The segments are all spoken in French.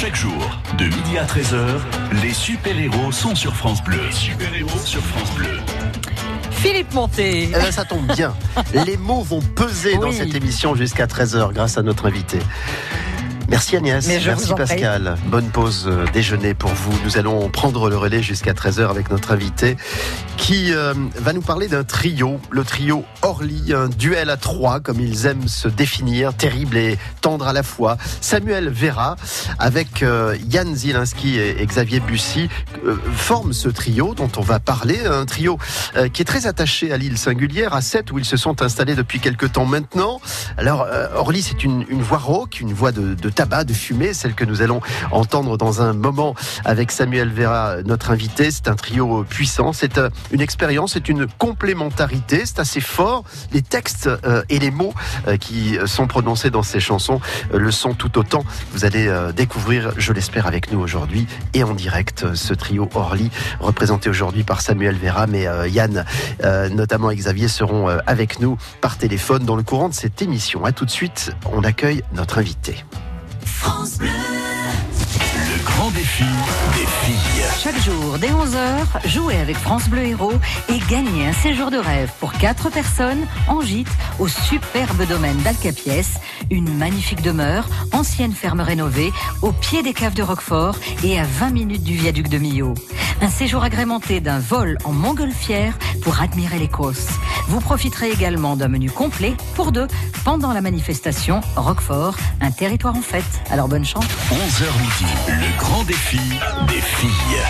Chaque jour, de midi à 13h, les super-héros sont sur France Bleu. Les super-héros sur France Bleu. Philippe Monté. Eh ben, ça tombe bien. Les mots vont peser dans cette émission jusqu'à 13h grâce à notre invité. Merci Agnès, merci Pascal. Bonne pause déjeuner pour vous. Nous allons prendre le relais jusqu'à 13h avec notre invité qui va nous parler d'un trio, le trio Orly, un duel à trois comme ils aiment se définir, terrible et tendre à la fois. Samuel Vera avec Yann Zielinski et Xavier Bussy forment ce trio dont on va parler, un trio qui est très attaché à l'île singulière, à Sète où ils se sont installés depuis quelque temps maintenant. Alors Orly, c'est une voix rauque, une voix de tabac, de fumée, celle que nous allons entendre dans un moment avec Samuel Vera, notre invité. C'est un trio puissant, c'est une expérience, c'est une complémentarité, c'est assez fort. Les textes et les mots qui sont prononcés dans ces chansons le sont tout autant. Vous allez découvrir, je l'espère, avec nous aujourd'hui et en direct ce trio Orly, représenté aujourd'hui par Samuel Vera, mais Yann, notamment et Xavier, seront avec nous par téléphone dans le courant de cette émission. A tout de suite, on accueille notre invité. France Bleu. Le grand défi des filles. Chaque jour, dès 11h, jouez avec France Bleu Héros et gagnez un séjour de rêve pour 4 personnes en gîte au superbe domaine d'Alcapiès, une magnifique demeure, ancienne ferme rénovée, au pied des caves de Roquefort et à 20 minutes du viaduc de Millau. Un séjour agrémenté d'un vol en montgolfière pour admirer les Causses. Vous profiterez également d'un menu complet pour 2 pendant la manifestation Roquefort, un territoire en fête. Alors bonne chance. 11h midi, le grand défi des filles.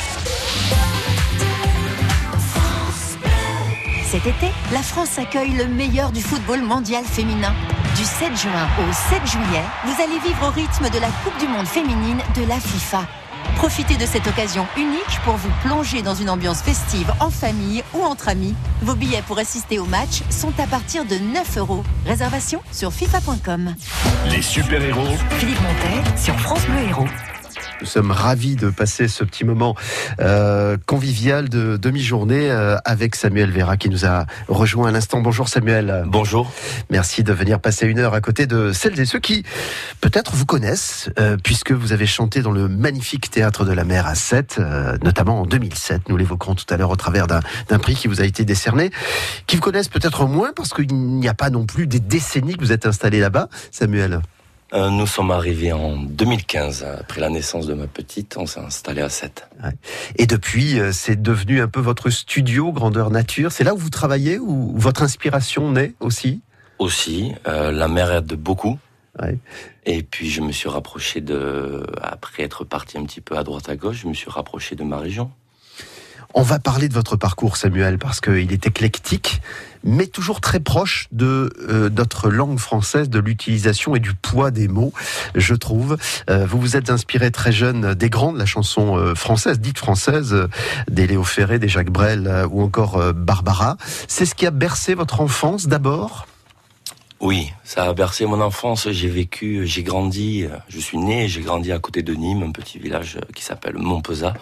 Cet été, la France accueille le meilleur du football mondial féminin. Du 7 juin au 7 juillet, vous allez vivre au rythme de la Coupe du Monde féminine de la FIFA. Profitez de cette occasion unique pour vous plonger dans une ambiance festive en famille ou entre amis. Vos billets pour assister au match sont à partir de 9 €. Réservation sur fifa.com. Les super-héros. Philippe Montet sur France Bleu Héros. Nous sommes ravis de passer ce petit moment convivial de demi-journée avec Samuel Vera qui nous a rejoint à l'instant. Bonjour Samuel. Bonjour. Merci de venir passer une heure à côté de celles et ceux qui peut-être vous connaissent puisque vous avez chanté dans le magnifique Théâtre de la Mer à Sète, notamment en 2007. Nous l'évoquerons tout à l'heure au travers d'un prix qui vous a été décerné. Qui vous connaissent peut-être moins parce qu'il n'y a pas non plus des décennies que vous êtes installé là-bas, Samuel. Nous sommes arrivés en 2015, après la naissance de ma petite, on s'est installé à Sète. Ouais. Et depuis, c'est devenu un peu votre studio grandeur nature. C'est là où vous travaillez, où votre inspiration naît aussi ? Aussi, la mer aide beaucoup. Ouais. Et puis je me suis rapproché après être parti un petit peu à droite à gauche, je me suis rapproché de ma région. On va parler de votre parcours, Samuel, parce qu'il est éclectique, mais toujours très proche de notre langue française, de l'utilisation et du poids des mots, je trouve. Vous vous êtes inspiré très jeune des grands de la chanson française, dite française, des Léo Ferré, des Jacques Brel ou encore Barbara. C'est ce qui a bercé votre enfance d'abord ? Oui, ça a bercé mon enfance. J'ai grandi, je suis né et j'ai grandi à côté de Nîmes, un petit village qui s'appelle Montpezat.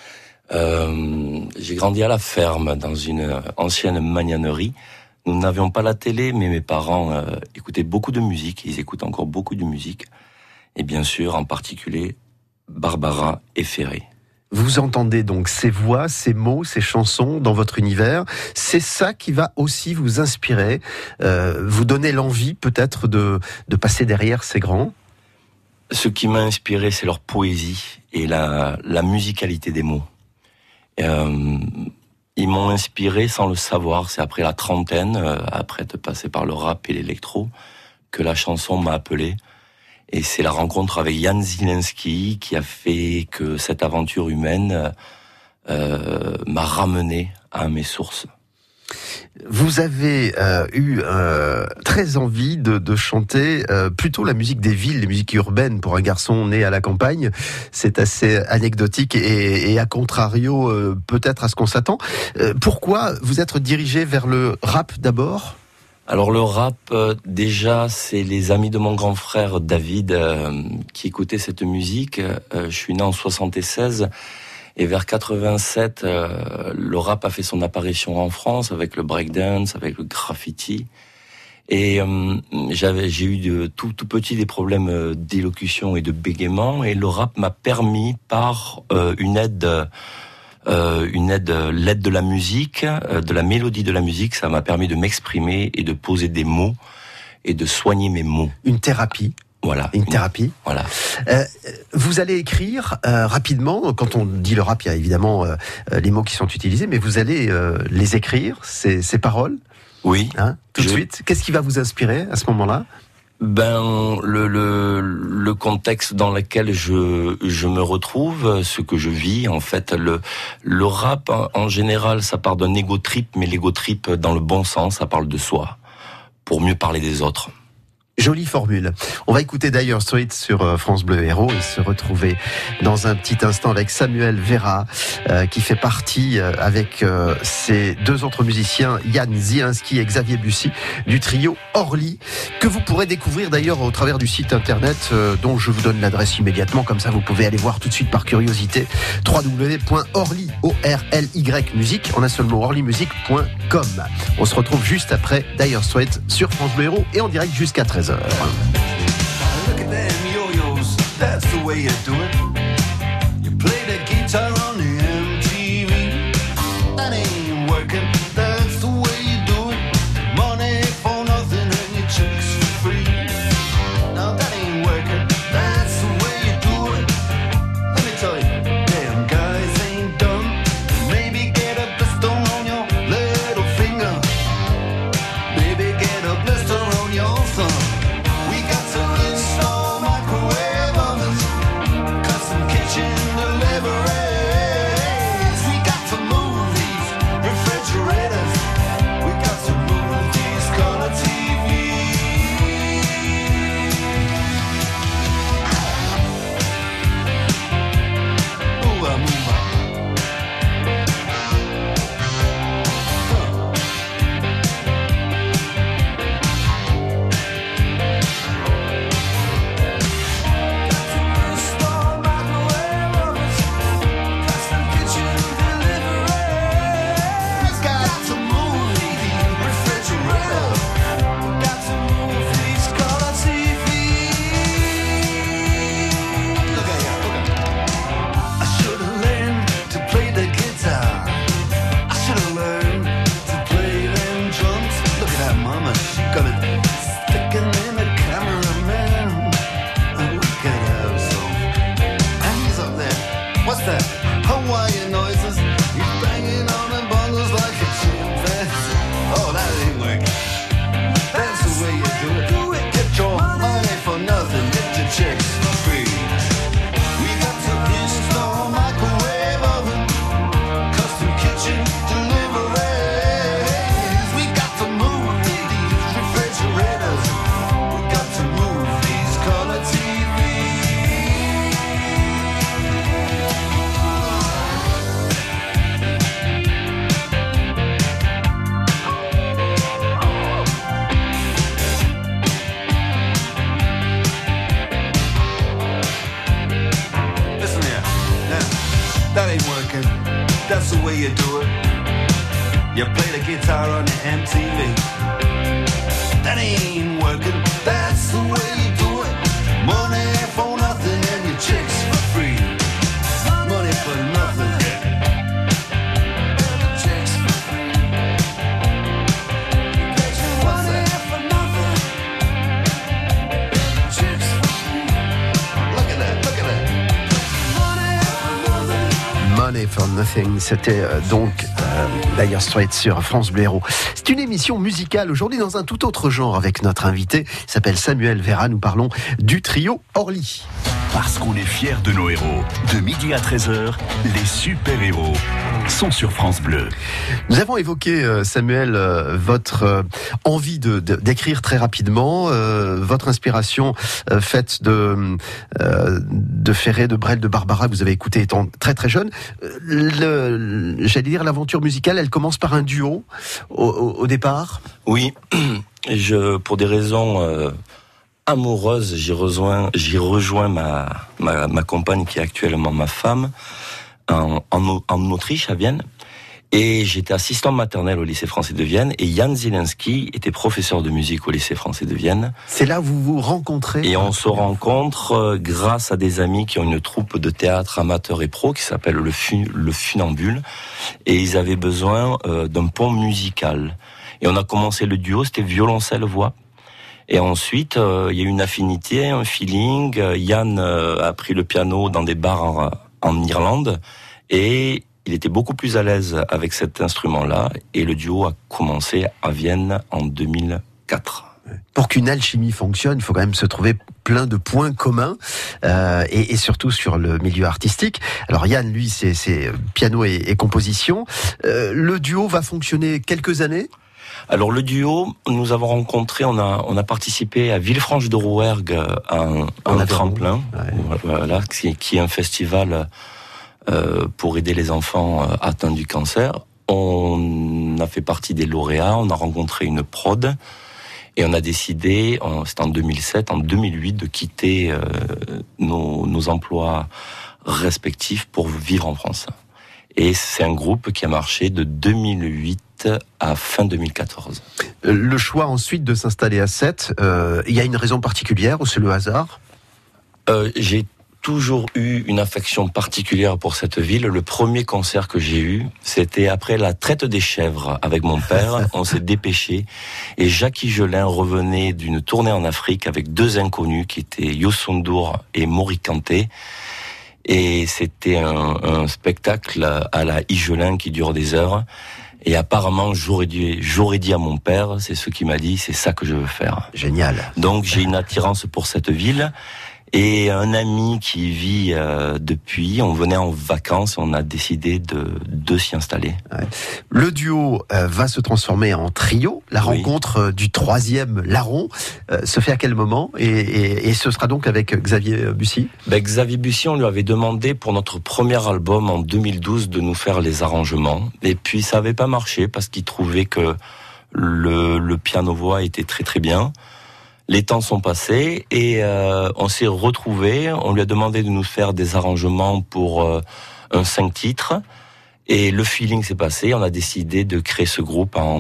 J'ai grandi à la ferme, dans une ancienne magnanerie. Nous n'avions pas la télé, mais mes parents écoutaient beaucoup de musique. Ils écoutent encore beaucoup de musique. Et bien sûr, en particulier, Barbara et Ferré. Vous entendez donc ces voix, ces mots, ces chansons dans votre univers. C'est ça qui va aussi vous inspirer, vous donner l'envie peut-être de passer derrière ces grands. Ce qui m'a inspiré, c'est leur poésie et la musicalité des mots. Ils m'ont inspiré sans le savoir. C'est après la trentaine, après de passer par le rap et l'électro, que la chanson m'a appelé. Et c'est la rencontre avec Yann Zielinski qui a fait que cette aventure humaine m'a ramené à mes sources. Vous avez eu très envie de chanter plutôt la musique des villes, les musiques urbaines pour un garçon né à la campagne. C'est assez anecdotique et à contrario peut-être à ce qu'on s'attend. Pourquoi vous êtes dirigé vers le rap d'abord ? Alors le rap, déjà, c'est les amis de mon grand frère David qui écoutaient cette musique. Je suis né en 76. Et vers 87, le rap a fait son apparition en France avec le breakdance, avec le graffiti. Et j'ai eu de tout petit des problèmes d'élocution et de bégaiement, et le rap m'a permis par l'aide de la musique, de la mélodie de la musique, ça m'a permis de m'exprimer et de poser des mots et de soigner mes mots. Une thérapie. Voilà. Une thérapie. Voilà. Vous allez écrire rapidement. Quand on dit le rap, il y a évidemment les mots qui sont utilisés, mais vous allez les écrire, ces paroles. Oui. Tout de suite. Qu'est-ce qui va vous inspirer à ce moment-là ? Le contexte dans lequel je me retrouve, ce que je vis, en fait, le rap en général, ça part d'un ego trip, mais l'ego trip dans le bon sens, ça parle de soi, pour mieux parler des autres. Jolie formule. On va écouter Dire Straits sur France Bleu Héros et se retrouver dans un petit instant avec Samuel Vera, qui fait partie avec ses deux autres musiciens, Yann Zielinski et Xavier Bussy, du trio Orly, que vous pourrez découvrir d'ailleurs au travers du site internet dont je vous donne l'adresse immédiatement, comme ça vous pouvez aller voir tout de suite par curiosité, www.orly, O-R-L-Y musique, en un seul mot, orlymusique.com. On se retrouve juste après Dire Straits sur France Bleu Héros et en direct jusqu'à 13h. Look at them yo-yos, that's the way you do it. You play the guitar on the MTV. That ain't working, that's the way you do it. Money for nothing and your chicks for free. Now that ain't working, that's the way you do it. Let me tell you, damn guys ain't dumb. Maybe get a blister on your little finger. Maybe get a blister on your thumb. You play the guitar on the MTV. That ain't working, that's the way you do it. Money for nothing and your chicks for free. Money for nothing, and your chicks for free. Money for nothing, and your chicks for free. Look at that, look at that. Money for Nothing, c'était donc Dire Straits sur France Bleu Héros. C'est une émission musicale aujourd'hui dans un tout autre genre avec notre invité, il s'appelle Samuel Vera. Nous parlons du trio Orly. Parce qu'on est fiers de nos héros. De midi à 13h, les super-héros sont sur France Bleu. Nous avons évoqué, Samuel, votre envie d'écrire très rapidement, votre inspiration faite de Ferré, de Brel, de Barbara, que vous avez écouté étant très très jeune. J'allais dire, l'aventure musicale, elle commence par un duo au départ. Oui, pour des raisons amoureuse, j'y rejoins ma compagne qui est actuellement ma femme en Autriche, à Vienne. Et j'étais assistant maternel au lycée français de Vienne, et Jan Zielinski était professeur de musique au lycée français de Vienne. C'est là où vous vous rencontrez? Et on se rencontre grâce à des amis qui ont une troupe de théâtre amateur et pro qui s'appelle le Funambule, et ils avaient besoin d'un pont musical. Et on a commencé le duo, c'était violoncelle-voix. Et ensuite, il y a eu une affinité, un feeling. Yann a pris le piano dans des bars en Irlande, et il était beaucoup plus à l'aise avec cet instrument-là, et le duo a commencé à Vienne en 2004. Pour qu'une alchimie fonctionne, il faut quand même se trouver plein de points communs, et surtout sur le milieu artistique. Alors Yann, lui, c'est piano et composition. Le duo va fonctionner quelques années? Alors le duo, nous avons rencontré, on a participé à Villefranche de Rouergue, un tremplin, voilà, qui est un festival pour aider les enfants atteints du cancer. On a fait partie des lauréats, on a rencontré une prod, et on a décidé, c'était en 2007, en 2008, de quitter nos emplois respectifs pour vivre en France. Et c'est un groupe qui a marché de 2008 à fin 2014. Le choix ensuite de s'installer à Sète, il y a une raison particulière ou c'est le hasard? J'ai toujours eu une affection particulière pour cette ville. Le premier concert que j'ai eu, c'était après la traite des chèvres avec mon père. On s'est dépêché, et Jacques Higelin revenait d'une tournée en Afrique avec deux inconnus qui étaient Youssou N'Dour et Mori Kanté. Et c'était un spectacle à la Higelin qui dure des heures. Et apparemment, j'aurais dit à mon père, c'est ce qu'il m'a dit, c'est ça que je veux faire. Génial. Donc j'ai une attirance pour cette ville. Et un ami qui vit depuis, on venait en vacances, on a décidé de s'y installer. Ouais. Le duo va se transformer en trio. La rencontre du troisième larron se fait à quel moment, et ce sera donc avec Xavier Bussy? Xavier Bussy, on lui avait demandé pour notre premier album en 2012 de nous faire les arrangements. Et puis ça n'avait pas marché parce qu'il trouvait que le piano-voix était très très bien. Les temps sont passés et on s'est retrouvés. On lui a demandé de nous faire des arrangements pour un 5 titres. Et le feeling s'est passé. On a décidé de créer ce groupe en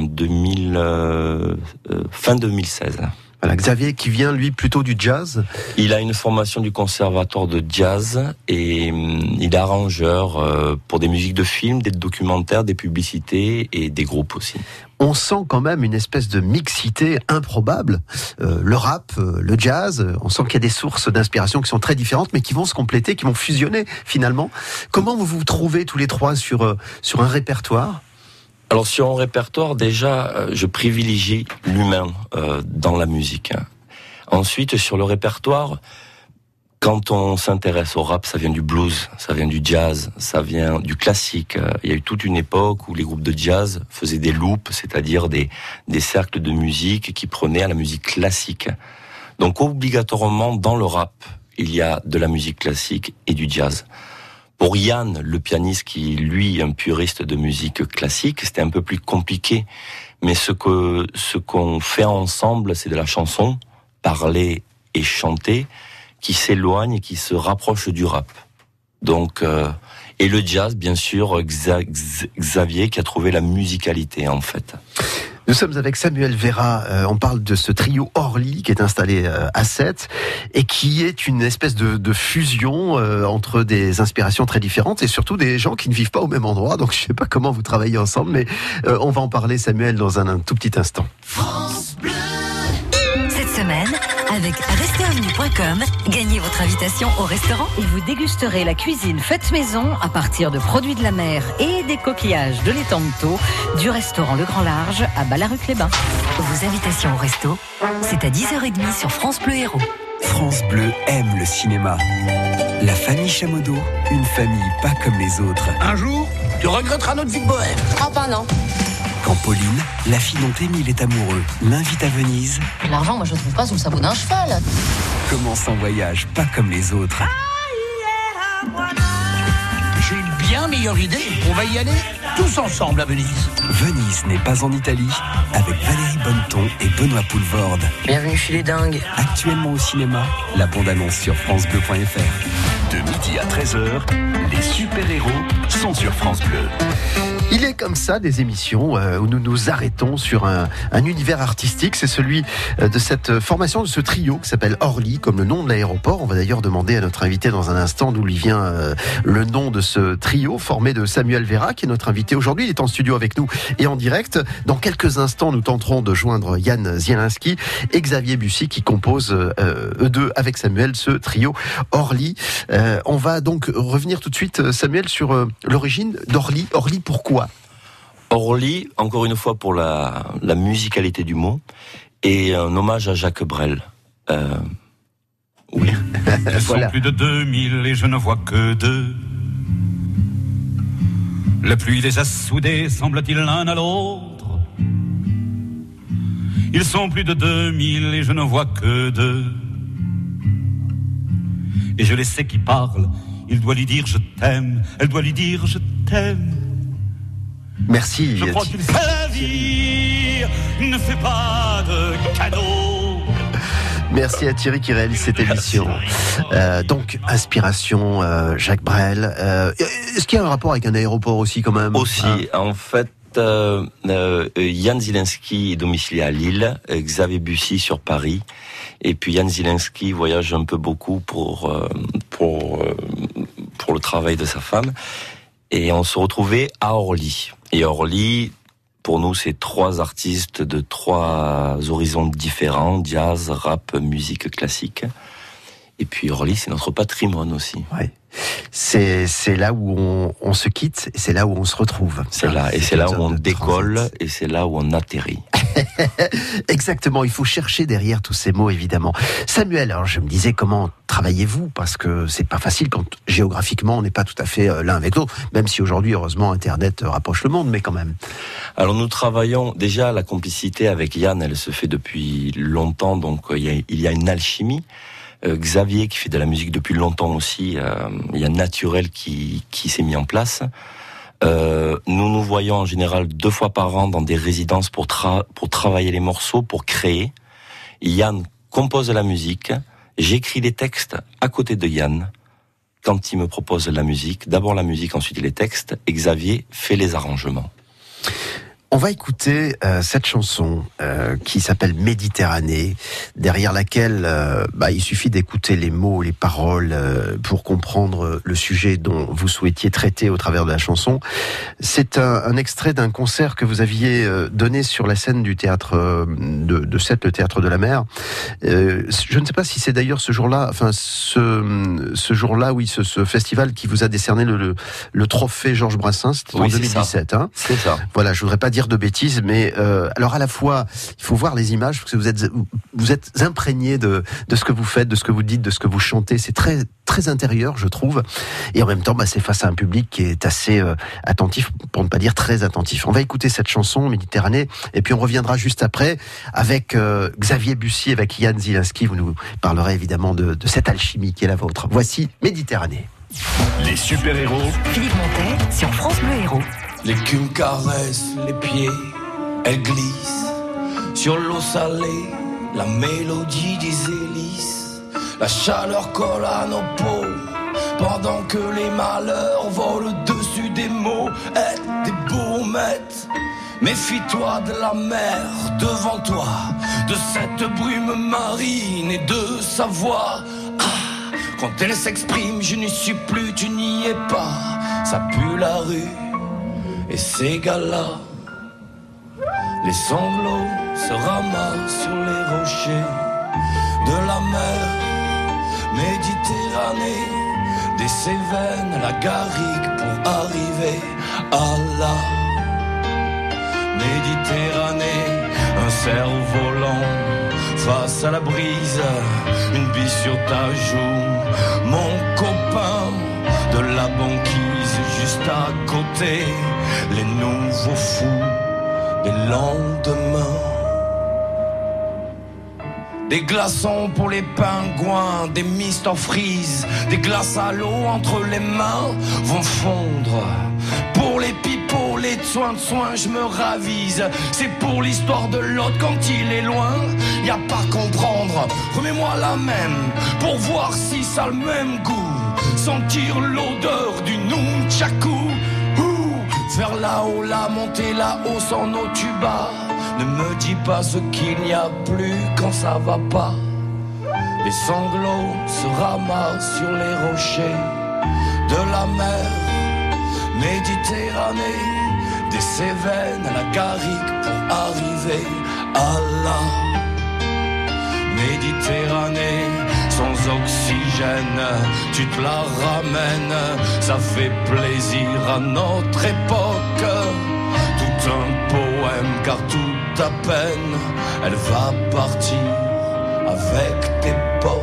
fin 2016. Voilà, Xavier qui vient lui plutôt du jazz. Il a une formation du conservatoire de jazz et il est arrangeur pour des musiques de films, des documentaires, des publicités et des groupes aussi. On sent quand même une espèce de mixité improbable. Le rap, le jazz, on sent qu'il y a des sources d'inspiration qui sont très différentes, mais qui vont se compléter, qui vont fusionner finalement. Comment vous vous trouvez tous les trois sur un répertoire ? Alors sur un répertoire, déjà, je privilégie l'humain dans la musique. Ensuite, sur le répertoire, quand on s'intéresse au rap, ça vient du blues, ça vient du jazz, ça vient du classique. Il y a eu toute une époque où les groupes de jazz faisaient des loops, c'est-à-dire des cercles de musique qui prenaient à la musique classique. Donc obligatoirement, dans le rap, il y a de la musique classique et du jazz. Pour Yann, le pianiste qui, lui, est un puriste de musique classique, c'était un peu plus compliqué. Mais ce qu'on fait ensemble, c'est de la chanson, parler et chanter, qui s'éloigne et qui se rapproche du rap. Donc, et le jazz, bien sûr, Xavier qui a trouvé la musicalité, en fait. Nous sommes avec Samuel Vera, on parle de ce trio Orly qui est installé à Sète et qui est une espèce de fusion entre des inspirations très différentes et surtout des gens qui ne vivent pas au même endroit. Donc je ne sais pas comment vous travaillez ensemble, mais on va en parler, Samuel, dans un tout petit instant. France Bleu. Cette semaine, avec restaurant.com, gagnez votre invitation au restaurant et vous dégusterez la cuisine faite maison à partir de produits de la mer et des coquillages de l'étang de Thau du restaurant Le Grand Large à Ballaruc-les-Bains. Vos invitations au resto, c'est à 10h30 sur France Bleu Héros. France Bleu aime le cinéma. La famille Chamodo, une famille pas comme les autres. Un jour, tu regretteras notre vie de bohème. Ah bah non. Quand Pauline, la fille dont Émile est amoureux, l'invite à Venise. L'argent, moi je le trouve pas sous le sabot d'un cheval. Commence un voyage pas comme les autres. J'ai une bien meilleure idée. On va y aller tous ensemble à Venise. Venise n'est pas en Italie, avec Valérie Bonneton et Benoît Poulvorde. Bienvenue chez les dingues. Actuellement au cinéma, la bande-annonce sur francebleu.fr. De midi à 13h, les super-héros sont sur France Bleu. Il est comme ça des émissions où nous nous arrêtons sur un univers artistique. C'est celui de cette formation, de ce trio qui s'appelle Orly, comme le nom de l'aéroport. On va d'ailleurs demander à notre invité dans un instant d'où lui vient le nom de ce trio formé de Samuel Vera, qui est notre invité aujourd'hui. Il est en studio avec nous et en direct. Dans quelques instants, nous tenterons de joindre Yann Zielinski et Xavier Bussy qui composent eux deux avec Samuel ce trio Orly. On va donc revenir tout de suite, Samuel, sur l'origine d'Orly. Orly, pourquoi ? Orly, encore une fois pour la musicalité du mot, et un hommage à Jacques Brel. Oui. Ils sont plus de 2000 et je ne vois que deux. La pluie les a soudés, semble-t-il, l'un à l'autre. Ils sont plus de 2000 et je ne vois que deux. Et je les sais qui parlent. Il doit lui dire je t'aime, elle doit lui dire je t'aime. Merci. Je crois qu'il fait la vie, ne fait pas de cadeaux. Merci à Thierry qui réalise cette émission. Donc, inspiration, Jacques Brel. Est-ce qu'il y a un rapport avec un aéroport aussi quand même ? Aussi, en fait, Yann Zielinski est domicilié à Lille, Xavier Bussy sur Paris. Et puis Yann Zielinski voyage un peu beaucoup pour le travail de sa femme. Et on se retrouvait à Orly. Et Orly, pour nous, c'est trois artistes de trois horizons différents, jazz, rap, musique classique. Et puis Orly, c'est notre patrimoine aussi. Ouais. C'est là où on se quitte, et c'est là où on se retrouve. C'est là, et c'est là où on décolle, et c'est là où on atterrit. Exactement, il faut chercher derrière tous ces mots, évidemment. Samuel, alors je me disais, comment travaillez-vous ? Parce que c'est pas facile quand géographiquement on n'est pas tout à fait l'un avec l'autre, même si aujourd'hui, heureusement, Internet rapproche le monde, mais quand même. Alors nous travaillons, déjà la complicité avec Yann, elle se fait depuis longtemps, donc il y a une alchimie. Xavier qui fait de la musique depuis longtemps aussi, il y a Naturel qui s'est mis en place. Nous voyons en général 2 fois par an dans des résidences pour travailler les morceaux, pour créer. Yann compose la musique, j'écris les textes à côté de Yann. Quand il me propose la musique, d'abord la musique, ensuite les textes, et Xavier fait les arrangements. On va écouter cette chanson qui s'appelle Méditerranée, derrière laquelle il suffit d'écouter les mots, les paroles pour comprendre le sujet dont vous souhaitiez traiter au travers de la chanson. C'est un extrait d'un concert que vous aviez donné sur la scène du théâtre de Sète, le théâtre de la Mer. Je ne sais pas si c'est d'ailleurs ce jour-là, enfin ce jour-là, oui, ce festival qui vous a décerné le trophée Georges Brassens, c'était en 2017. C'est ça. C'est ça. Voilà, je voudrais pas dire de bêtises, mais alors à la fois, il faut voir les images parce que vous êtes imprégné de ce que vous faites, de ce que vous dites, de ce que vous chantez. C'est très très intérieur, je trouve, et en même temps, c'est face à un public qui est assez attentif, pour ne pas dire très attentif. On va écouter cette chanson Méditerranée, et puis on reviendra juste après avec Xavier Bussy, avec Yann Zielinski. Vous nous parlerez évidemment de cette alchimie qui est la vôtre. Voici Méditerranée. Les super-héros. Philippe Montet sur France Bleu Héros. L'écume caresse les pieds, elle glisse sur l'eau salée, la mélodie des hélices. La chaleur colle à nos peaux, pendant que les malheurs volent au-dessus des mots. Aide des bourmettes, méfie-toi de la mer devant toi, de cette brume marine et de sa voix. Quand elle s'exprime, je n'y suis plus, tu n'y es pas. Ça pue la rue et ces gars-là. Les sanglots se ramassent sur les rochers de la mer Méditerranée. Des Cévennes, la Garrigue pour arriver à la Méditerranée. Un cerf-volant face à la brise, une bille sur ta joue. Mon copain de la banquise juste à côté, les nouveaux fous des lendemains. Des glaçons pour les pingouins, des mistes en frise, des glaces à l'eau entre les mains vont fondre. Pour les pipeaux, les soins de soins, je me ravise. C'est pour l'histoire de l'autre quand il est loin. Y a pas à comprendre, remets-moi la même pour voir si ça a le même goût. sentir l'odeur du nunchaku. Vers là-haut, la montée là-haut sans nos tubas. Ne me dis pas ce qu'il n'y a plus quand ça va pas. Les sanglots se ramassent sur les rochers de la mer Méditerranée, des Cévennes à la Garrigue pour arriver à la Méditerranée. Sans oxygène, tu te la ramènes, ça fait plaisir à notre époque. Tout un poème car toute à peine, elle va partir avec tes potes.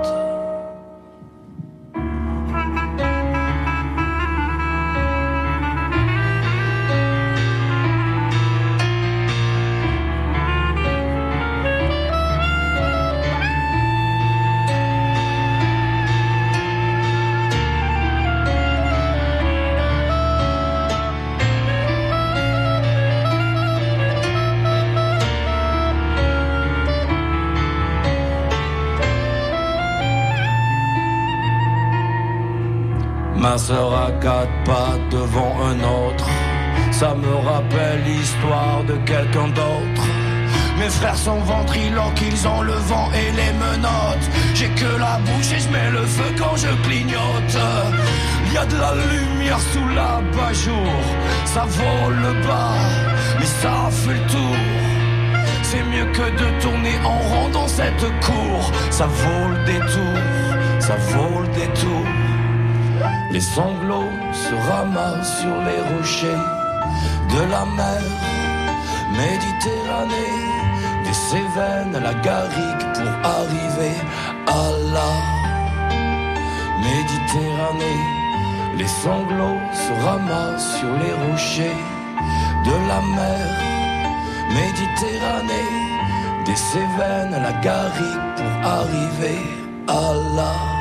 Ma sœur à 4 pattes devant un autre, ça me rappelle l'histoire de quelqu'un d'autre. Mes frères sont ventriloques, ils ont le vent et les menottes. J'ai que la bouche et je mets le feu quand je clignote. Y a de la lumière sous l'abat-jour, ça vole bas, mais ça fait le tour. C'est mieux que de tourner en rond dans cette cour. Ça vaut le détour, ça vaut le détour. Les sanglots se ramassent sur les rochers de la mer Méditerranée, des Cévennes à la Garrigue pour arriver à la Méditerranée. Les sanglots se ramassent sur les rochers de la mer Méditerranée, des Cévennes à la Garrigue pour arriver à la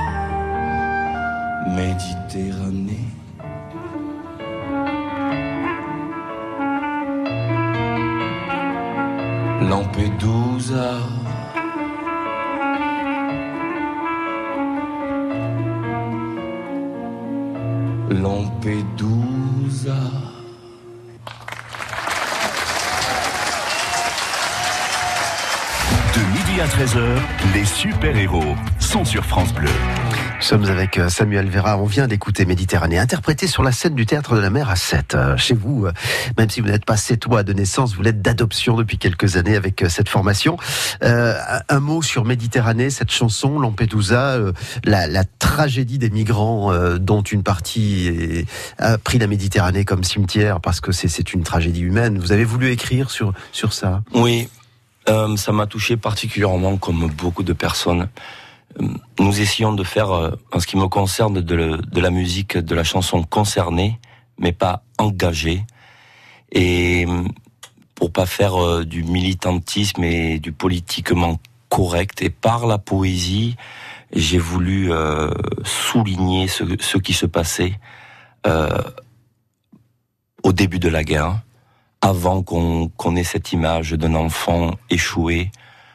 Méditerranée. Lampedusa. Lampedusa. De midi à 13h, les super-héros sont sur France Bleu. Nous sommes avec Samuel Vera, on vient d'écouter Méditerranée, interprété sur la scène du Théâtre de la Mer à Sète. Chez vous, même si vous n'êtes pas sétois de naissance, vous l'êtes d'adoption depuis quelques années avec cette formation. Un mot sur Méditerranée, cette chanson, Lampedusa, la tragédie des migrants dont une partie a pris la Méditerranée comme cimetière parce que c'est une tragédie humaine. Vous avez voulu écrire sur ça ? Oui, ça m'a touché particulièrement comme beaucoup de personnes. Nous essayons de faire, en ce qui me concerne, de la musique, de la chanson concernée, mais pas engagée. Et pour pas faire du militantisme et du politiquement correct. Et par la poésie, j'ai voulu souligner ce qui se passait au début de la guerre, avant qu'on ait cette image d'un enfant échoué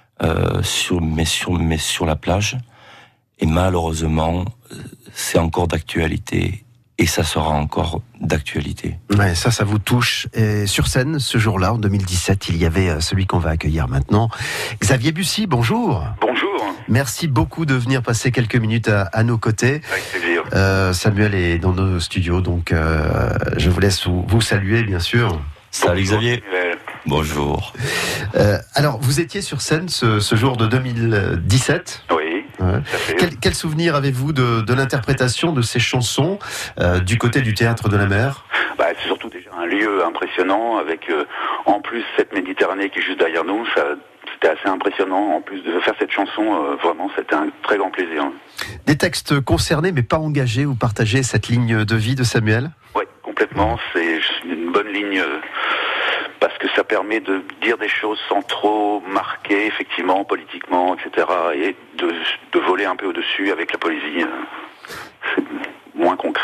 sur la plage. Et malheureusement, c'est encore d'actualité. Et ça sera encore d'actualité. Ouais, ça vous touche. Et sur scène, ce jour-là, en 2017, il y avait celui qu'on va accueillir maintenant. Xavier Bussy, bonjour. Bonjour. Merci beaucoup de venir passer quelques minutes à nos côtés. Avec plaisir. Samuel est dans nos studios, donc je vous laisse vous saluer, bien sûr. Salut Xavier. Bonjour. Alors, vous étiez sur scène ce jour de 2017. Oui. Ouais. Quel souvenir avez-vous de l'interprétation de ces chansons du côté du Théâtre de la Mer ? C'est surtout déjà un lieu impressionnant avec en plus cette Méditerranée qui est juste derrière nous. C'était assez impressionnant. En plus de faire cette chanson, vraiment c'était un très grand plaisir. Des textes concernés mais pas engagés, vous partagez cette ligne de vie de Samuel ? Oui, complètement. C'est une bonne ligne parce que ça permet de dire des choses sans trop marquer, effectivement, politiquement, etc. Et de voler un peu au-dessus avec la poésie. C'est moins concret.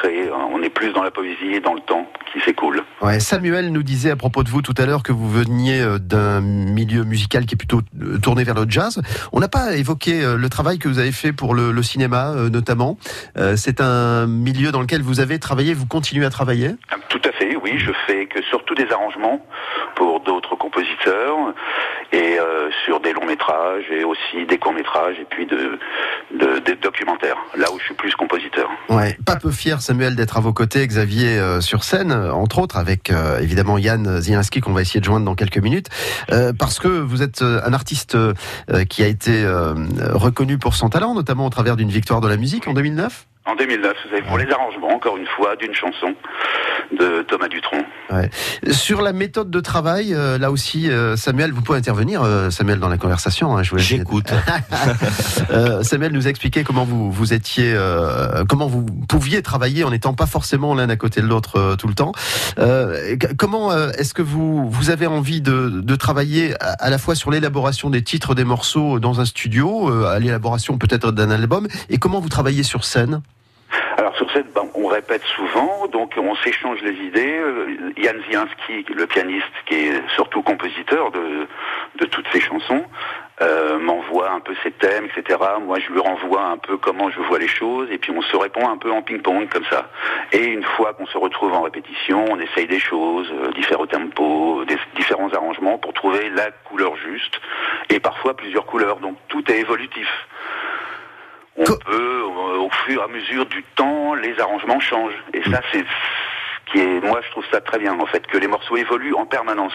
créer. On est plus dans la poésie et dans le temps qui s'écoule. Ouais, Samuel nous disait à propos de vous tout à l'heure que vous veniez d'un milieu musical qui est plutôt tourné vers le jazz. On n'a pas évoqué le travail que vous avez fait pour le cinéma, notamment. C'est un milieu dans lequel vous avez travaillé, vous continuez à travailler ? Tout à fait, oui. Je fais surtout des arrangements pour d'autres compositeurs et sur des longs métrages et aussi des courts métrages et puis des documentaires. Là où je suis plus compositeur. Ouais, pas peu fier Samuel d'être à vos côtés, Xavier, sur scène, entre autres avec évidemment Yann Zielinski qu'on va essayer de joindre dans quelques minutes, parce que vous êtes un artiste qui a été reconnu pour son talent, notamment au travers d'une victoire de la musique en 2009. En 2009, vous savez, pour les arrangements, encore une fois, d'une chanson de Thomas Dutronc. Ouais. Sur la méthode de travail, là aussi, Samuel, vous pouvez intervenir, Samuel, dans la conversation. Hein, j'écoute. Samuel nous a expliqué comment vous étiez, comment vous pouviez travailler en n'étant pas forcément l'un à côté de l'autre tout le temps. Comment est-ce que vous avez envie de travailler à la fois sur l'élaboration des titres des morceaux dans un studio, à l'élaboration peut-être d'un album, et comment vous travaillez sur scène ? Alors sur scène, on répète souvent, donc on s'échange les idées. Yann Zielinski, le pianiste, qui est surtout compositeur de toutes ces chansons, m'envoie un peu ses thèmes, etc. Moi, je lui renvoie un peu comment je vois les choses, et puis on se répond un peu en ping-pong comme ça. Et une fois qu'on se retrouve en répétition, on essaye des choses, différents tempos, différents arrangements pour trouver la couleur juste, et parfois plusieurs couleurs. Donc tout est évolutif. On peut, au fur et à mesure du temps, les arrangements changent. Et ça, c'est ce qui est, moi, je trouve ça très bien, en fait, que les morceaux évoluent en permanence.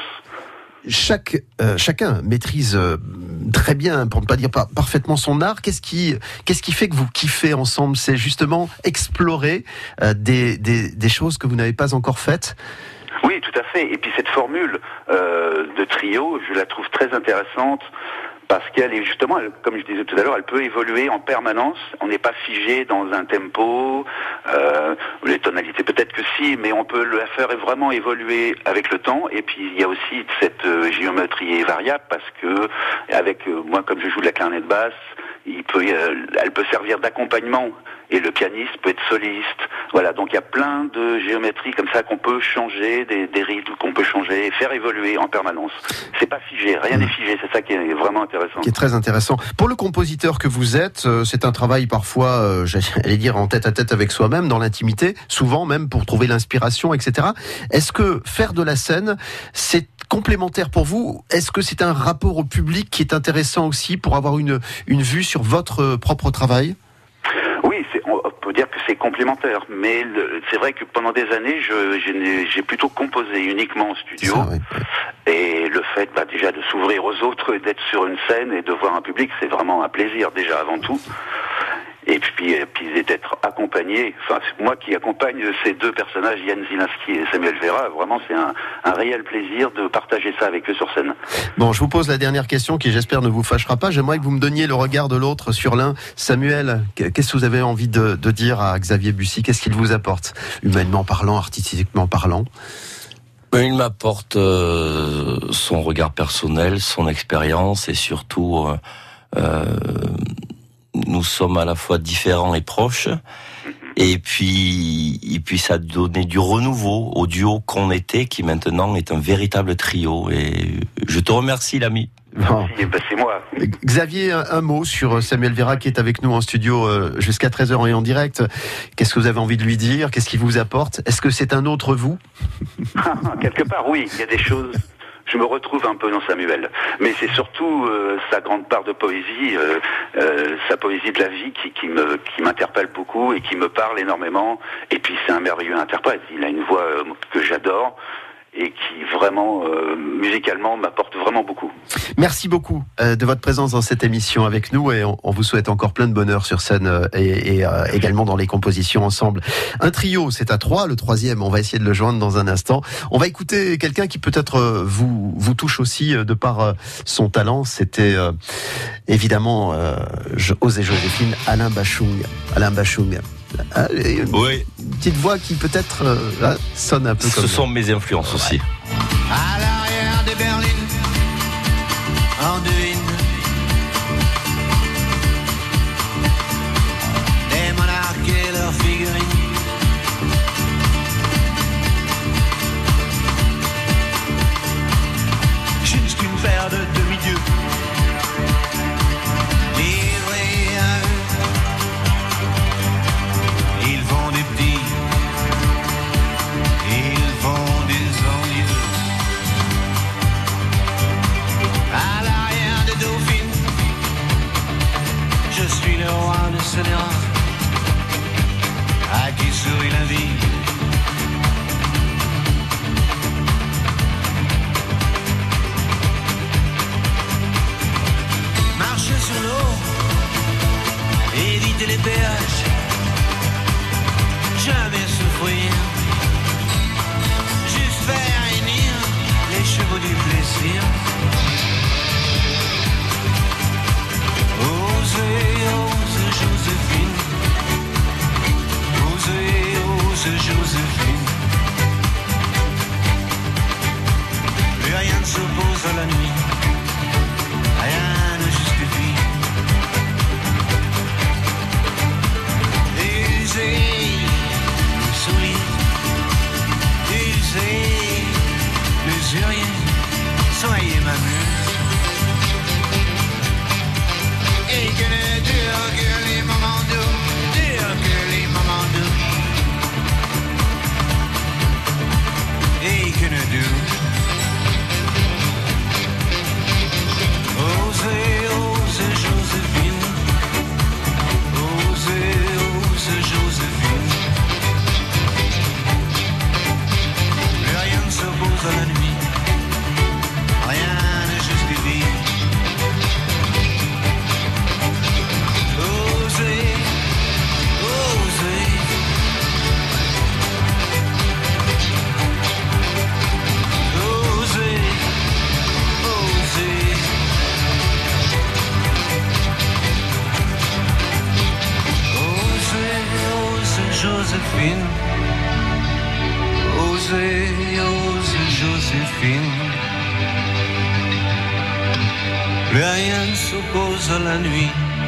Chacun maîtrise très bien, pour ne pas dire parfaitement son art. Qu'est-ce qui fait que vous kiffez ensemble ? C'est justement explorer des choses que vous n'avez pas encore faites ? Oui, tout à fait. Et puis cette formule de trio, je la trouve très intéressante. Parce qu'elle est justement, comme je disais tout à l'heure, elle peut évoluer en permanence. On n'est pas figé dans un tempo, les tonalités peut-être que si, mais on peut le faire vraiment évoluer avec le temps. Et puis il y a aussi cette géométrie variable parce que avec moi, comme je joue de la clarinette basse, elle peut servir d'accompagnement. Et le pianiste peut être soliste. Voilà, donc il y a plein de géométries comme ça qu'on peut changer, des rythmes qu'on peut changer et faire évoluer en permanence. C'est pas figé, rien n'est figé, c'est ça qui est vraiment intéressant. Qui est très intéressant. Pour le compositeur que vous êtes, c'est un travail parfois, j'allais dire, en tête à tête avec soi-même, dans l'intimité, souvent même pour trouver l'inspiration, etc. Est-ce que faire de la scène, c'est complémentaire pour vous ? Est-ce que c'est un rapport au public qui est intéressant aussi pour avoir une vue sur votre propre travail ? On peut dire que c'est complémentaire, mais c'est vrai que pendant des années, j'ai plutôt composé uniquement en studio. Ça, oui. Et le fait déjà de s'ouvrir aux autres et d'être sur une scène et de voir un public, c'est vraiment un plaisir déjà avant tout. Et puis d'être accompagné, enfin moi qui accompagne ces deux personnages, Yann Zielinski et Samuel Vera, vraiment c'est un réel plaisir de partager ça avec eux sur scène. Bon, je vous pose la dernière question qui j'espère ne vous fâchera pas. J'aimerais que vous me donniez le regard de l'autre sur l'un. Samuel, qu'est-ce que vous avez envie de dire à Xavier Bussy ? Qu'est-ce qu'il vous apporte, humainement parlant, artistiquement parlant ? Il m'apporte son regard personnel, son expérience et surtout... nous sommes à la fois différents et proches, et puis ça a donné du renouveau au duo qu'on était, qui maintenant est un véritable trio. Et je te remercie, l'ami. Bon. C'est moi. Xavier, un mot sur Samuel Vera qui est avec nous en studio jusqu'à 13h et en direct. Qu'est-ce que vous avez envie de lui dire ? Qu'est-ce qu'il vous apporte ? Est-ce que c'est un autre vous ? Quelque part, oui. Il y a des choses... Je me retrouve un peu dans Samuel, mais c'est surtout sa grande part de poésie, sa poésie de la vie qui m'interpelle beaucoup et qui me parle énormément. Et puis c'est un merveilleux interprète, il a une voix que j'adore et qui vraiment, musicalement, m'apporte vraiment beaucoup. Merci beaucoup de votre présence dans cette émission avec nous et on vous souhaite encore plein de bonheur sur scène et également dans les compositions ensemble. Un trio, c'est à 3, le troisième, on va essayer de le joindre dans un instant. On va écouter quelqu'un qui peut-être vous touche aussi de par son talent. C'était évidemment Ose et Joséphine, Alain Bachung. Oui. Une petite voix qui peut-être sonne un peu comme... Ce sont mes influences aussi. À l'arrière des berlines, en devine des monarques et leurs figurines, ose Joséphine. Plus rien ne s'oppose à la nuit, rien ne justifie. Usez, souliers, usez, l'usurier, soyez ma muse. Et que ne durent que les moments doux, durent que les moments doux. Et que ne durent. Osez, osez Joséphine. Osez, osez Joséphine. Plus rien ne s'oppose à la nuit, rien ne justifie. Osez, osez. Osez, osez. Joséphine, osez, osez Joséphine. Plus rien ne s'oppose à la nuit,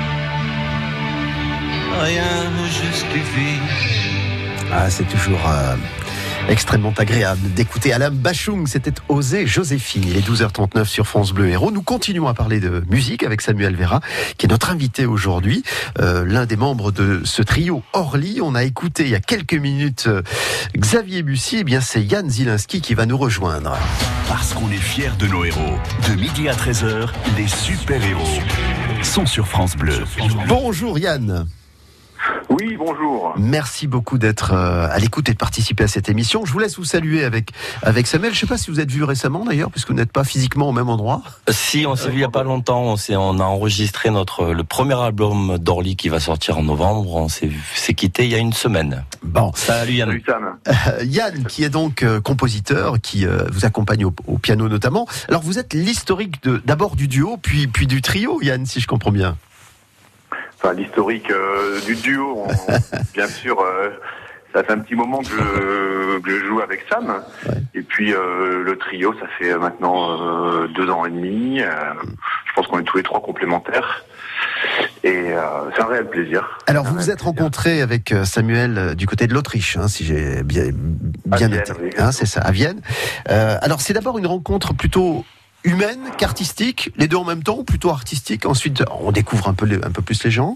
rien ne justifie. Ah, c'est toujours extrêmement agréable d'écouter Alain Bachung. C'était Osez Joséphine. Il est 12h39 sur France Bleu Héros. Nous continuons à parler de musique avec Samuel Vera, qui est notre invité aujourd'hui, l'un des membres de ce trio Orly. On a écouté il y a quelques minutes Xavier Bussy. Eh bien, c'est Yann Zilinski qui va nous rejoindre. Parce qu'on est fiers de nos héros. De midi à 13h, les super-héros sont sur France Bleu. Bonjour Yann. Oui, bonjour. Merci beaucoup d'être à l'écoute et de participer à cette émission. Je vous laisse vous saluer avec Samuel. Je ne sais pas si vous êtes vus récemment d'ailleurs, puisque vous n'êtes pas physiquement au même endroit. Si, on s'est vu il n'y a pas longtemps. On a enregistré le premier album d'Orly qui va sortir en novembre. On s'est quitté il y a une semaine. Bon. Salut Yann. Salut Sam. Yann, qui est donc compositeur, qui vous accompagne au piano notamment. Alors vous êtes l'historique d'abord du duo, puis du trio, Yann, si je comprends bien. Enfin, l'historique du duo, bien sûr, ça fait un petit moment que je joue avec Sam. Ouais. Et puis le trio, ça fait maintenant 2 ans et demi. Je pense qu'on est tous les 3 complémentaires. Et c'est un réel plaisir. Alors vous vous êtes rencontrés avec Samuel du côté de l'Autriche, hein, si j'ai bien noté. Oui, hein, c'est ça, à Vienne. Alors c'est d'abord une rencontre plutôt humaine qu'artistique, les deux en même temps, ou plutôt artistique? Ensuite, on découvre un peu plus les gens.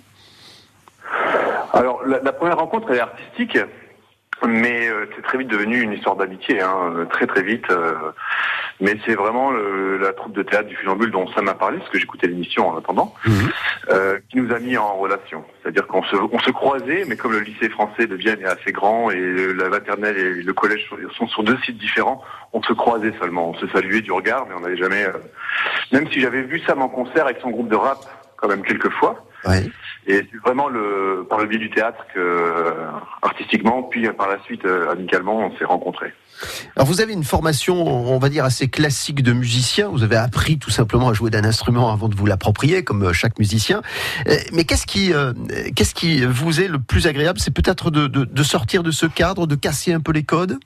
Alors, la première rencontre, elle est artistique, mais c'est très vite devenu une histoire d'amitié, hein, très très vite. Mais c'est vraiment la troupe de théâtre du Funambule dont Sam m'a parlé, parce que j'écoutais l'émission en attendant, qui nous a mis en relation. C'est-à-dire qu'on se croisait, mais comme le lycée français de Vienne est assez grand et la maternelle et le collège sont sur 2 sites différents, on se croisait seulement. On se saluait du regard, mais on n'avait jamais... Même si j'avais vu Sam en concert avec son groupe de rap, quand même quelques fois. Ouais. Et c'est vraiment par le biais du théâtre que, artistiquement, puis par la suite, amicalement, on s'est rencontrés. Alors vous avez une formation, on va dire, assez classique de musicien. Vous avez appris tout simplement à jouer d'un instrument avant de vous l'approprier, comme chaque musicien. Mais qu'est-ce qui vous est le plus agréable? C'est peut-être de sortir de ce cadre, de casser un peu les codes?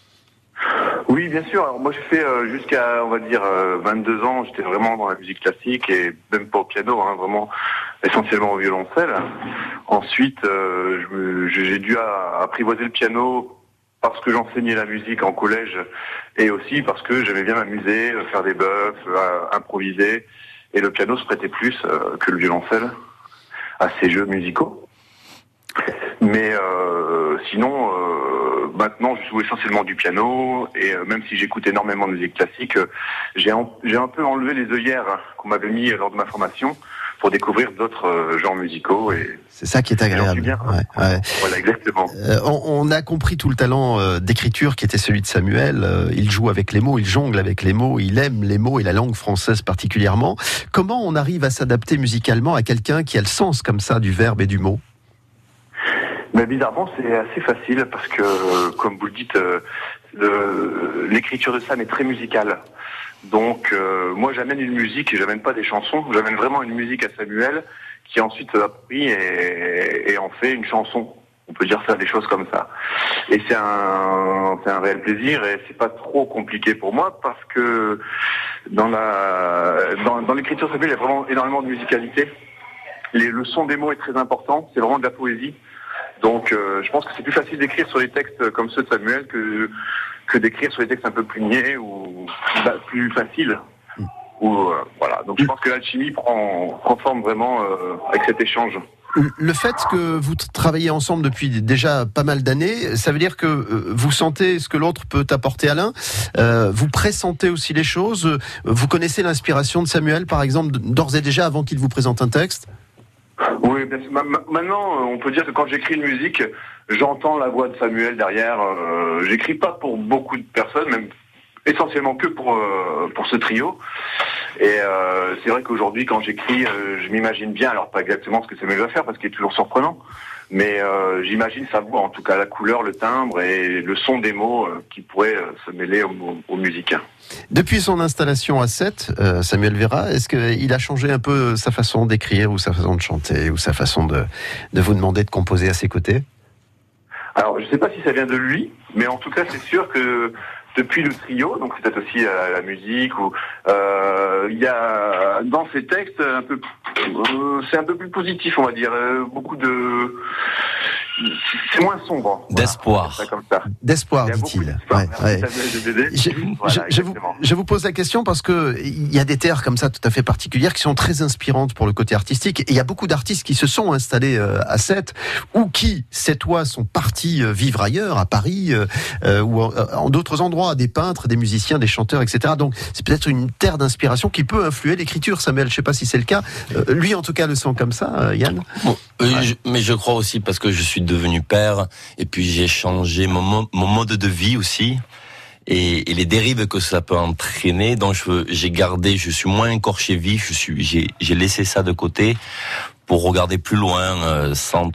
Oui, bien sûr. Alors moi, j'ai fait jusqu'à, on va dire, 22 ans, j'étais vraiment dans la musique classique et même pas au piano, hein, vraiment essentiellement au violoncelle. Ensuite, j'ai dû apprivoiser le piano parce que j'enseignais la musique en collège et aussi parce que j'aimais bien m'amuser, faire des bœufs, improviser. Et le piano se prêtait plus que le violoncelle à ces jeux musicaux. Mais sinon, maintenant, je joue essentiellement du piano et même si j'écoute énormément de musique classique, j'ai un peu enlevé les œillères qu'on m'avait mis lors de ma formation pour découvrir d'autres genres musicaux. Et c'est ça qui est agréable. Bien, hein. Ouais. Voilà, exactement. On a compris tout le talent d'écriture qui était celui de Samuel. Il joue avec les mots, il jongle avec les mots, il aime les mots et la langue française particulièrement. Comment on arrive à s'adapter musicalement à quelqu'un qui a le sens comme ça du verbe et du mot? Mais bizarrement, c'est assez facile parce que, comme vous le dites, l'écriture de Sam est très musicale. Donc, moi, j'amène une musique et j'amène pas des chansons. J'amène vraiment une musique à Samuel qui ensuite a pris et en fait une chanson. On peut dire ça, des choses comme ça. Et c'est un réel plaisir et c'est pas trop compliqué pour moi parce que dans l'écriture Samuel, il y a vraiment énormément de musicalité. Le son des mots est très important, c'est vraiment de la poésie. Donc je pense que c'est plus facile d'écrire sur les textes comme ceux de Samuel que d'écrire sur les textes un peu plus niais ou plus faciles. Voilà. Donc je pense que l'alchimie prend forme vraiment avec cet échange. Le fait que vous travaillez ensemble depuis déjà pas mal d'années, ça veut dire que vous sentez ce que l'autre peut apporter à l'un, vous pressentez aussi les choses, vous connaissez l'inspiration de Samuel par exemple d'ores et déjà avant qu'il vous présente un texte ? Oui, bien sûr. Maintenant, on peut dire que quand j'écris une musique, j'entends la voix de Samuel derrière. J'écris pas pour beaucoup de personnes, même essentiellement que pour ce trio. Et c'est vrai qu'aujourd'hui, quand j'écris, je m'imagine bien, alors pas exactement ce que Samuel va faire, parce qu'il est toujours surprenant, mais j'imagine sa voix, en tout cas la couleur, le timbre et le son des mots qui pourraient se mêler aux musiciens. Depuis son installation à 7, Samuel Vera, est-ce qu'il a changé un peu sa façon d'écrire ou sa façon de chanter ou sa façon de vous demander de composer à ses côtés ? Alors, je sais pas si ça vient de lui, mais en tout cas, c'est sûr que depuis le trio, donc c'est peut-être aussi la musique, ou il y a dans ces textes un peu, c'est un peu plus positif, on va dire, beaucoup de, c'est moins sombre. D'espoir. Voilà, comme ça. D'espoir, dit-il. Ouais. Je vous pose la question parce que il y a des terres comme ça tout à fait particulières qui sont très inspirantes pour le côté artistique. Et il y a beaucoup d'artistes qui se sont installés à Sète ou qui, cette fois, sont partis vivre ailleurs, à Paris ou en d'autres endroits, des peintres, des musiciens, des chanteurs, etc. Donc c'est peut-être une terre d'inspiration qui peut influer l'écriture. Samuel, je ne sais pas si c'est le cas. Lui, en tout cas, le sent comme ça, Yann. Bon, mais je crois aussi parce que je suis devenu père et puis j'ai changé mon mode de vie aussi et les dérives que ça peut entraîner. Donc j'ai gardé, je suis moins écorché vif, j'ai laissé ça de côté pour regarder plus loin sans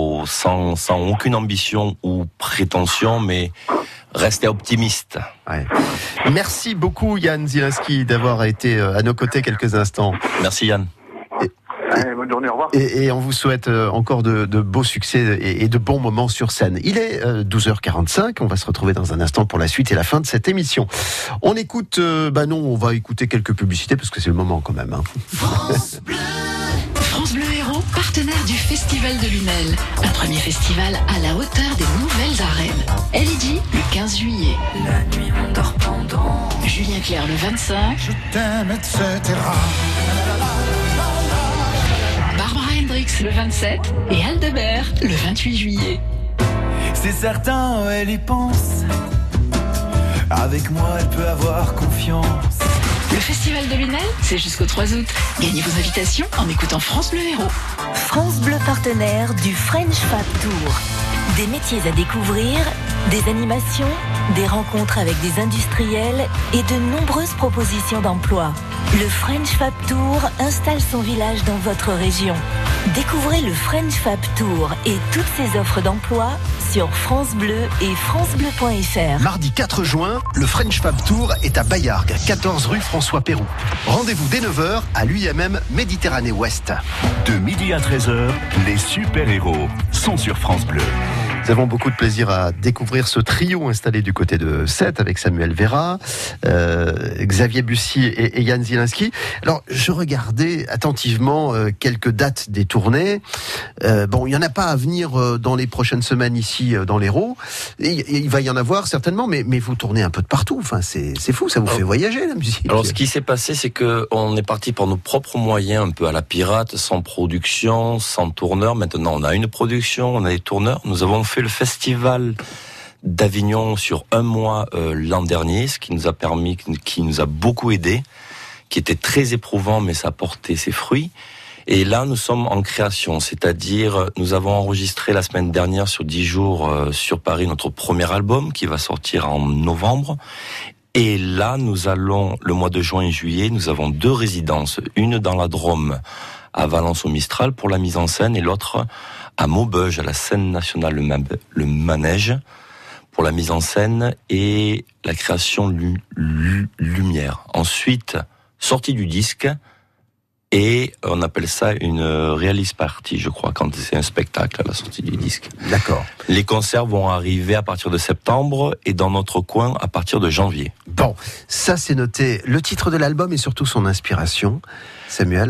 aucune ambition ou prétention, mais rester optimiste. Ouais. Merci beaucoup Yann Zielinski d'avoir été à nos côtés quelques instants. Merci Yann. Bonne journée, au revoir. Et on vous souhaite encore de beaux succès et de bons moments sur scène. Il est 12h45, on va se retrouver dans un instant pour la suite et la fin de cette émission. On écoute, on va écouter quelques publicités parce que c'est le moment quand même. Hein. France Bleu. France Bleu Héros, partenaire du Festival de Lunel. Un premier festival à la hauteur des nouvelles arènes. LED le 15 juillet. La nuit on dort pendant. Julien Clerc le 25. Je t'aime, etc. Barbara Hendricks le 27 et Aldebert le 28 juillet. C'est certain, elle y pense. Avec moi, elle peut avoir confiance. Le Festival de Lunel, c'est jusqu'au 3 août. Gagnez vos invitations en écoutant France Bleu Héros. France Bleu partenaire du French Fab Tour. Des métiers à découvrir, des animations, des rencontres avec des industriels et de nombreuses propositions d'emploi. Le French Fab Tour installe son village dans votre région. Découvrez le French Fab Tour et toutes ses offres d'emploi sur France Bleu et francebleu.fr. Mardi 4 juin, le French Fab Tour est à Baillargues, 14 rue François Pérou. Rendez-vous dès 9h à l'UIMM Méditerranée Ouest. De midi à 13h, les super-héros sont sur France Bleu. Nous avons beaucoup de plaisir à découvrir ce trio installé du côté de Sète avec Samuel Vera, Xavier Bussy et Yann Zielinski. Alors, je regardais attentivement quelques dates des tournées. Il n'y en a pas à venir dans les prochaines semaines ici dans l'Hérault. Il va y en avoir certainement, mais vous tournez un peu de partout. Enfin, c'est fou, ça vous fait voyager la musique. Alors, ce qui s'est passé, c'est que on est parti pour nos propres moyens, un peu à la pirate, sans production, sans tourneur. Maintenant, on a une production, on a des tourneurs. Nous avons fait le festival d'Avignon sur un mois l'an dernier, ce qui nous a permis, qui nous a beaucoup aidé, qui était très éprouvant, mais ça a porté ses fruits. Et là, nous sommes en création, c'est-à-dire nous avons enregistré la semaine dernière sur 10 jours sur Paris notre premier album qui va sortir en novembre. Et là, nous allons, le mois de juin et juillet, nous avons 2 résidences, une dans la Drôme, à Valence au Mistral pour la mise en scène, et l'autre à Maubeuge, à la scène nationale le Manège, pour la mise en scène et la création lumière. Ensuite, sortie du disque Et on appelle ça une release party, je crois, quand c'est un spectacle à la sortie du disque. D'accord. Les concerts vont arriver à partir de septembre et dans notre coin à partir de janvier. Bon, ça c'est noté. Le titre de l'album et surtout son inspiration, Samuel ?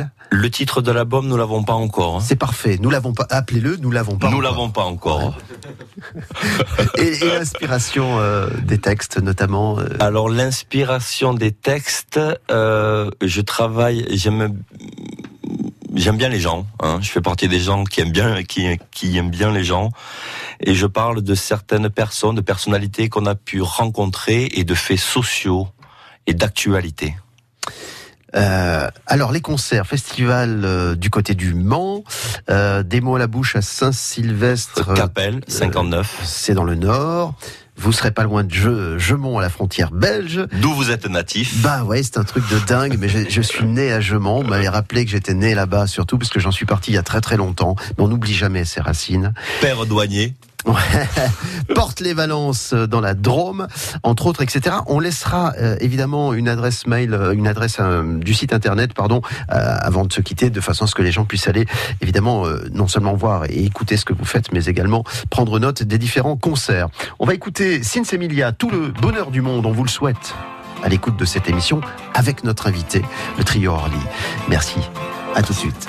Le titre de l'album, nous l'avons pas encore. C'est parfait. Nous l'avons pas. Appelez-le. Nous l'avons pas. Nous l'avons pas encore. Et l'inspiration des textes, notamment. Alors l'inspiration des textes, je travaille. J'aime bien les gens. Hein. Je fais partie des gens qui aiment bien les gens. Et je parle de certaines personnes, de personnalités qu'on a pu rencontrer et de faits sociaux et d'actualité. Alors les concerts, festival du côté du Mans, des mots à la bouche à Saint-Sylvestre, Capelle, 59. C'est dans le Nord. Vous serez pas loin de Gemont à la frontière belge. D'où vous êtes natif. Bah ouais, c'est un truc de dingue, mais je suis né à Gemont. On m'avait rappelé que j'étais né là-bas, surtout parce que j'en suis parti il y a très très longtemps. Mais on n'oublie jamais ses racines. Père douanier. Ouais. Porte-les-Valences dans la Drôme, entre autres, etc. On laissera évidemment une adresse mail, du site internet, avant de se quitter, de façon à ce que les gens puissent aller, évidemment, non seulement voir et écouter ce que vous faites, mais également prendre note des différents concerts. On va écouter Sins Emilia, tout le bonheur du monde, on vous le souhaite, à l'écoute de cette émission, avec notre invité, le trio Orly. Merci, à tout de suite.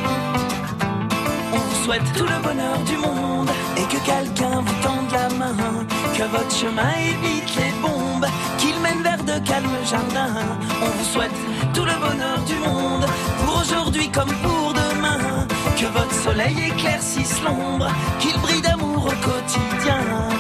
On vous souhaite tout le bonheur du monde et que quelqu'un vous tende la main, que votre chemin évite les bombes, qu'il mène vers de calmes jardins. On vous souhaite tout le bonheur du monde, pour aujourd'hui comme pour demain, que votre soleil éclaircisse l'ombre, qu'il brille d'amour au quotidien.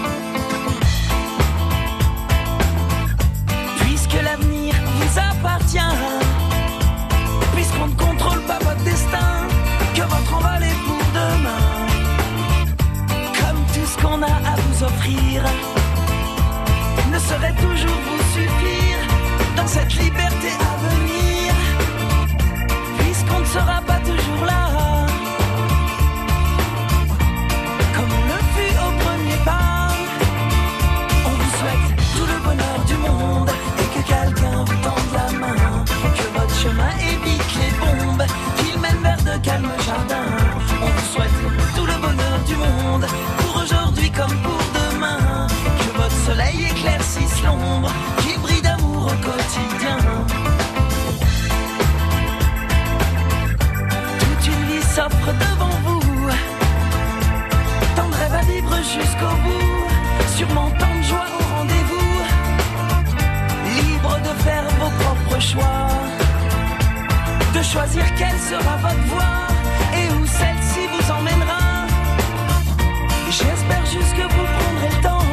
Puisque l'avenir vous appartient, puisqu'on ne contrôle pas votre destin, que votre envol est pour demain. Comme tout ce qu'on a à vous offrir ne saurait toujours vous suffire dans cette liberté à venir, puisqu'on ne sera pas toujours là comme on le fut au premier pas. On vous souhaite tout le bonheur du monde et que quelqu'un vous tende la main, que votre chemin évite les bombes, qu'il mène vers de calmes jardins. On vous souhaite tout le bonheur du monde, pour aujourd'hui comme pour demain, que votre soleil éclaircisse l'ombre, qu'il brille d'amour au quotidien. Toute une vie s'offre devant vous, tant de rêves à vivre jusqu'au bout, sûrement tant de joie au rendez-vous, libre de faire vos propres choix, de choisir quelle sera votre voie et où celle-ci vous emmènera. J'espère juste que vous prendrez le temps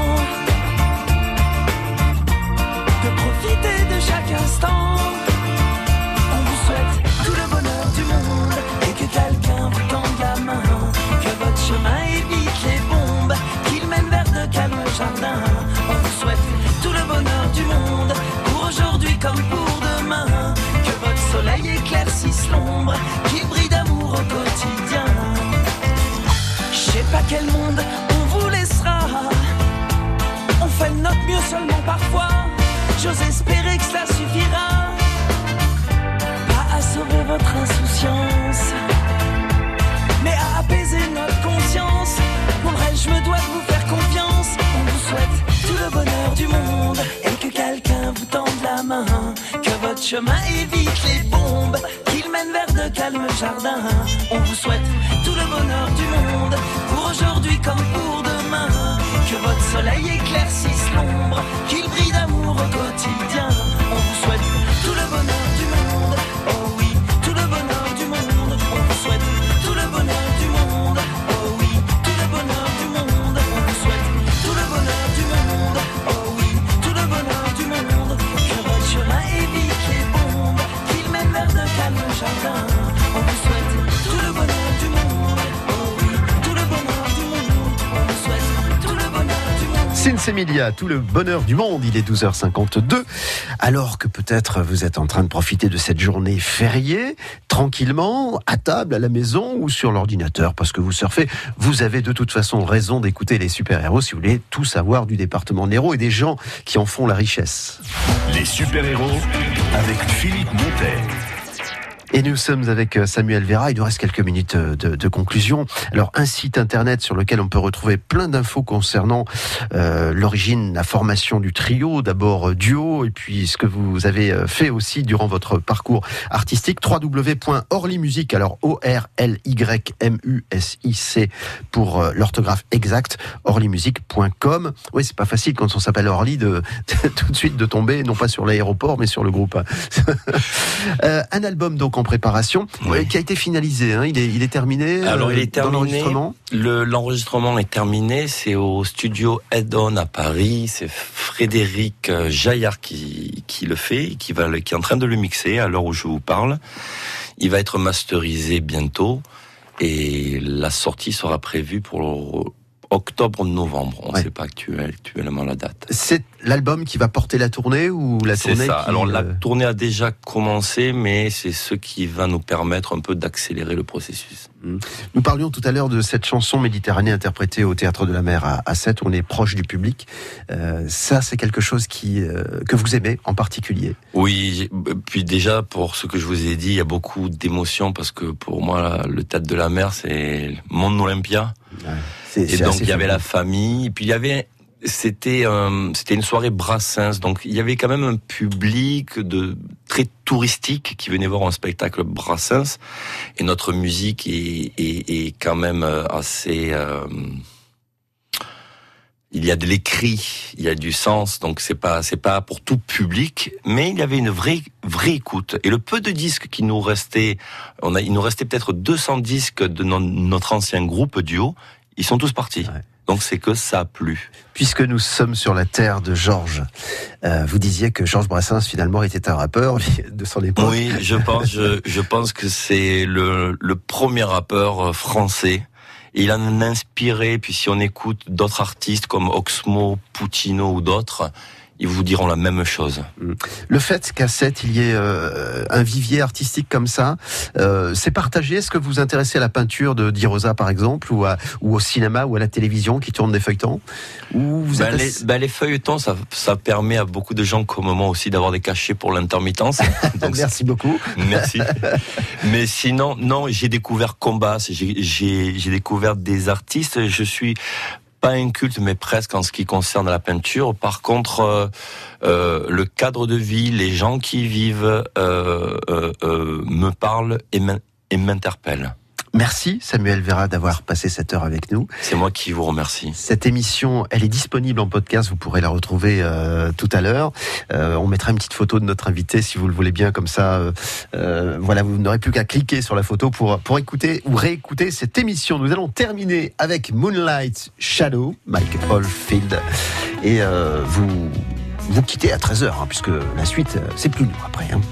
de profiter de chaque instant. On vous souhaite tout le bonheur du monde et que quelqu'un vous tende la main, que votre chemin évite les bombes, qu'il mène vers de calmes jardins. On vous souhaite tout le bonheur du monde, pour aujourd'hui comme pour demain, que votre soleil éclaircisse l'ombre, qu'il brille d'amour au quotidien. Je sais pas quel monde on vous laissera, on fait de notre mieux seulement parfois, j'ose espérer que cela suffira, pas à sauver votre insouciance, mais à apaiser notre conscience. Pour le reste, je me dois de vous faire confiance. On vous souhaite tout le bonheur du monde et que quelqu'un vous tende la main, que votre chemin évite les bombes, qu'il mène vers de calmes jardins. On vous souhaite tout le bonheur du monde, pour aujourd'hui comme pour demain, que votre soleil éclaircisse l'ombre, qu'il brille d'amour au quotidien. On vous souhaite tout le bonheur du monde, oh oui, tout le bonheur du monde. On vous souhaite tout le bonheur du monde, oh oui, tout le bonheur du monde. On vous souhaite tout le bonheur du monde, oh oui, tout le bonheur du monde. Que votre chemin évite les bombes, qu'il mène vers de calmes jardins. On vous souhaite tout le bonheur du monde, oh oui, tout le bonheur du monde. On vous souhaite tout le bonheur du monde. Sins Emilia, tout le bonheur du monde. Il est 12h52. Alors que peut-être vous êtes en train de profiter de cette journée fériée, tranquillement, à table, à la maison ou sur l'ordinateur, parce que vous surfez, vous avez de toute façon raison d'écouter les super-héros si vous voulez tout savoir du département de l'Hérault et des gens qui en font la richesse. Les super-héros avec Philippe Montet. Et nous sommes avec Samuel Vera. Il nous reste quelques minutes de conclusion. Alors, un site internet sur lequel on peut retrouver plein d'infos concernant l'origine, la formation du trio, d'abord duo, et puis ce que vous avez fait aussi durant votre parcours artistique, www.orlymusic, alors ORLYMUSIC pour l'orthographe exacte, orlymusic.com. Oui, c'est pas facile quand on s'appelle Orly de tout de suite de tomber, non pas sur l'aéroport, mais sur le groupe. Un album donc en préparation, qui a été finalisé, hein. Il est terminé. Alors il est terminé. L'enregistrement. L'enregistrement est terminé. C'est au studio Head-On à Paris. C'est Frédéric Jaillard qui le fait, qui est en train de le mixer à l'heure où je vous parle. Il va être masterisé bientôt et la sortie sera prévue pour octobre-novembre. On ne sait pas actuellement la date. C'est l'album qui va porter la tournée ou la tournée? C'est ça. Alors la tournée a déjà commencé, mais c'est ce qui va nous permettre un peu d'accélérer le processus. Nous parlions tout à l'heure de cette chanson Méditerranée interprétée au Théâtre de la Mer à Sète, où on est proche du public. Ça, c'est quelque chose que vous aimez en particulier? Oui, puis déjà, pour ce que je vous ai dit, il y a beaucoup d'émotions, parce que pour moi, le Théâtre de la Mer, c'est mon Olympia. Ouais. Et donc il y avait la famille, et puis c'était une soirée Brassens, donc il y avait quand même un public très touristique qui venait voir un spectacle Brassens, et notre musique est quand même assez... il y a de l'écrit, il y a du sens, donc c'est pas pour tout public, mais il y avait une vraie écoute. Et le peu de disques qui nous restaient, il nous restait peut-être 200 disques de notre ancien groupe duo. Ils sont tous partis. Ouais. Donc c'est que ça a plu. Puisque nous sommes sur la terre de Georges, vous disiez que Georges Brassens finalement était un rappeur de son époque. Oui, je pense que c'est le premier rappeur français. Et il en a inspiré. Puis si on écoute d'autres artistes comme Oxmo, Puccino ou d'autres, ils vous diront la même chose. Le fait qu'à Sète, il y ait un vivier artistique comme ça, c'est partagé. Est-ce que vous vous intéressez à la peinture de Di Rosa, par exemple, ou au cinéma ou à la télévision qui tournent des feuilletons, ou vous les feuilletons, ça permet à beaucoup de gens comme moi aussi d'avoir des cachets pour l'intermittence. Donc merci beaucoup. Merci. Mais sinon, non, j'ai découvert Combas, j'ai découvert des artistes. Je suis pas un culte, mais presque en ce qui concerne la peinture. Par contre, le cadre de vie, les gens qui y vivent me parlent et m'interpellent. Merci Samuel Vera d'avoir passé cette heure avec nous. C'est moi qui vous remercie. Cette émission, elle est disponible en podcast, vous pourrez la retrouver tout à l'heure. On mettra une petite photo de notre invité si vous le voulez bien, comme ça, voilà, vous n'aurez plus qu'à cliquer sur la photo pour écouter ou réécouter cette émission. Nous allons terminer avec Moonlight Shadow, Mike Oldfield, et vous quittez à 13h, hein, puisque la suite, c'est plus nous après. Hein.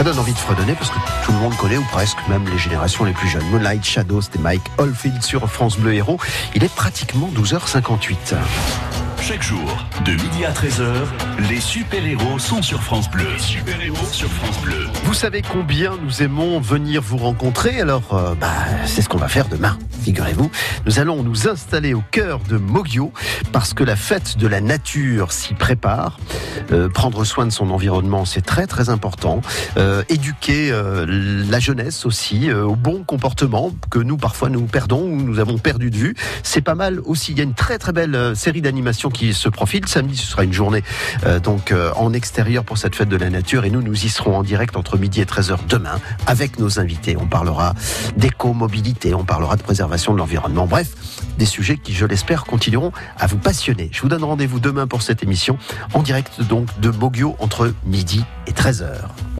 Ça donne envie de fredonner parce que tout le monde connaît, ou presque, même les générations les plus jeunes. Moonlight Shadow, c'était Mike Oldfield sur France Bleu Héros. Il est pratiquement 12h58. Chaque jour, de midi à 13h, les super-héros sont sur France Bleu. Les super-héros sur France Bleu. Vous savez combien nous aimons venir vous rencontrer, alors c'est ce qu'on va faire demain. Figurez-vous, nous allons nous installer au cœur de Moggio parce que la fête de la nature s'y prépare. Prendre soin de son environnement, c'est très très important. Éduquer la jeunesse aussi au bon comportement que nous parfois nous perdons ou nous avons perdu de vue. C'est pas mal aussi. Il y a une très très belle série d'animations qui se profile. Samedi, ce sera une journée en extérieur pour cette fête de la nature et nous y serons en direct entre midi et 13h demain avec nos invités. On parlera d'éco-mobilité, on parlera de préservation de l'environnement. Bref, des sujets qui, je l'espère, continueront à vous passionner. Je vous donne rendez-vous demain pour cette émission en direct donc de Moggio entre midi et 13h.